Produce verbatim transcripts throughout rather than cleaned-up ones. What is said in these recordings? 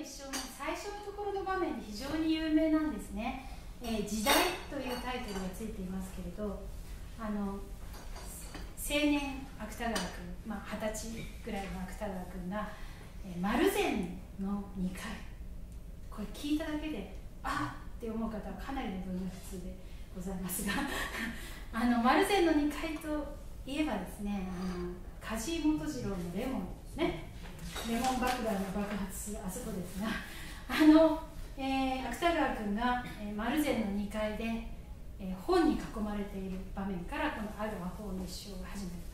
一生の最初のところの場面で非常に有名なんですね。えー、時代というタイトルがついていますけれど、あの青年芥川君、まあ、はたちぐらいの芥川君が、えー、丸善のにかい、これ聞いただけであっって思う方はかなりの分が普通でございますがあの丸善のにかいといえばですね、あの梶井元次郎のレモンですね、レモン爆弾が爆発するあそこですが、あの、えー、芥川君が、えー、丸善のにかいで、えー、本に囲まれている場面からこの「ある魔法の一生」が始まります。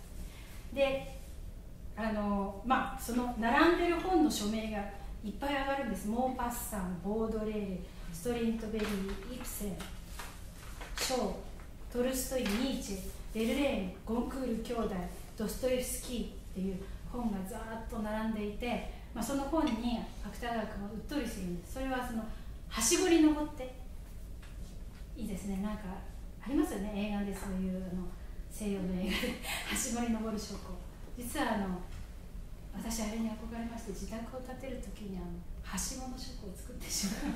で、あのまあその並んでる本の署名がいっぱい上がるんです。モーパッサン、ボードレール、ストリントベリー、イプセン、ショー、トルストイ、ニーチェ、ベルレーン、ゴンクール兄弟、ドストエフスキーっていう本がざーっと並んでいて、まあ、その本に芥川君はうっとりするんです。それはそのはしごに登って、いいですね、なんかありますよね、映画でそういうあの西洋の映画ではしごに登る証拠。実はあの私あれに憧れまして、自宅を建てるときにあのはしごの書庫を作ってしま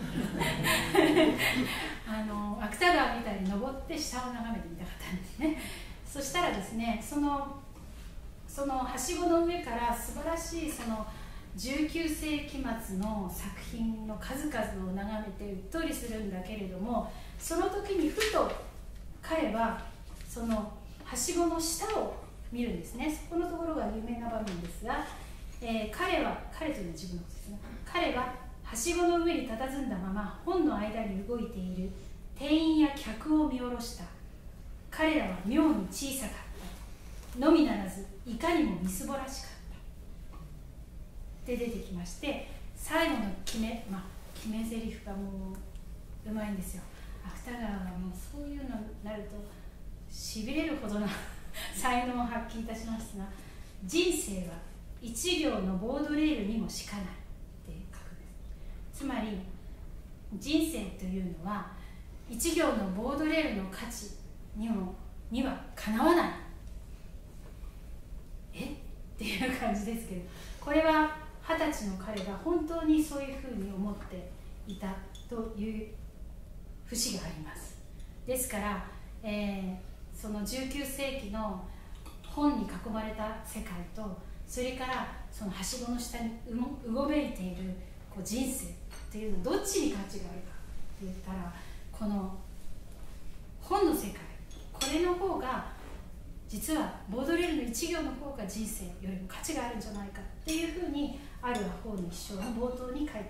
うあの芥川みたいに登って下を眺めてみたかったんですね。そしたらですね、そのそのはしごの上から素晴らしいそのじゅうきゅうせいき末の作品の数々を眺めてうっとりするんだけれども、その時にふと彼はそのはしごの下を見るんですね。そこのところが有名な場面ですが、えー、彼は彼というのは自分のことですね。彼ははしごの上に佇んだまま本の間に動いている店員や客を見下ろした。彼らは妙に小さかったのみならずいかにもみすぼらしかったで出てきまして、最後の決め、まあ、決め台詞がもううまいんですよ。芥川はもうそういうのになるとしびれるほどの才能を発揮いたしますが、人生は一行のボードレールにもしかないって書くんです。つまり人生というのは一行のボードレールの価値にもにはかなわない、えっていう感じですけど、これは二十歳の彼が本当にそういうふうに思っていたという節があります。ですから、えー、そのじゅうきゅうせいきの本に囲まれた世界と、それからそのはしごの下にうごめいているこう人生っていうのどっちに価値があるかって言ったら、この本の世界、これの方が実はボードレールの一行の方が人生よりも価値があるんじゃないかっていうふうにある魔法の一生の冒頭に書いております。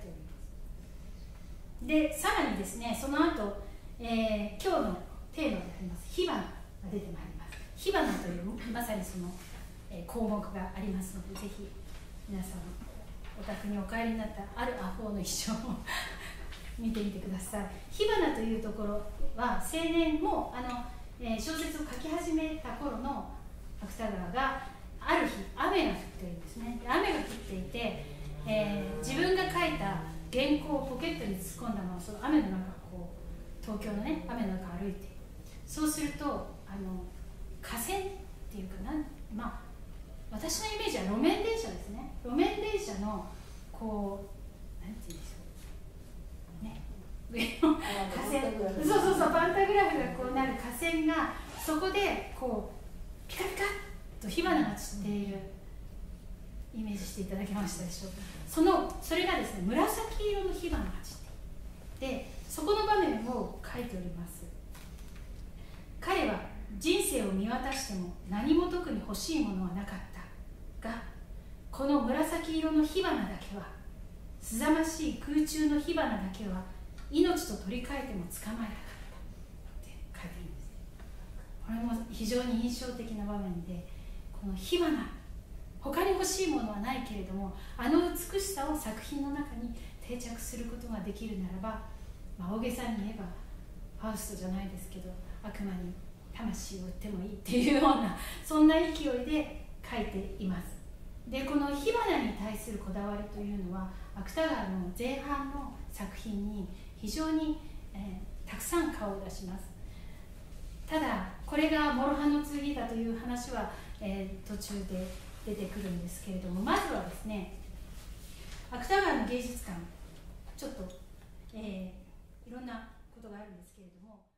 でさらにですね、その後、えー、今日のテーマであります火花が出てまいります。火花というまさにその、えー、項目がありますので、ぜひ皆さんお宅にお帰りになったある魔法の一生を見てみてください。火花というところは青年もあの、えー、小説を書き始めた頃の芥川がある日雨が降っているんですね。雨が降っていて、えー、自分が書いた原稿をポケットに突っ込んだままその雨の中こう東京のね雨の中歩いている。そうするとあの河川っていうかな、まあ私のイメージは路面電車ですね。路面電車のこうなんて言うんでしょうね、上の河川、そうそうそう、パンタグラフがこうなる河川がそこでこうピカピカッと火花が散っているイメージしていただけましたでしょうか。そのそれがですね紫色の火花が散っていて、そこの場面を書いております。彼は人生を見渡しても何も特に欲しいものはなかったが、この紫色の火花だけは、すざましい空中の火花だけは命と取り替えても捕まえたかったって書いてるんです。これも非常に印象的な場面で、この火花、他に欲しいものはないけれどもあの美しさを作品の中に定着することができるならば、まあ、大げさに言えばファウストじゃないですけど悪魔に魂を売ってもいいっていうようなそんな勢いで書いています。でこの火花に対するこだわりというのは芥川の前半の作品に非常に、えー、たくさん顔を出します。ただこれが諸刃の剣だという話は、えー、途中で出てくるんですけれども、まずはですね芥川の芸術観ちょっと、えー、いろんなことがあるんですけれども。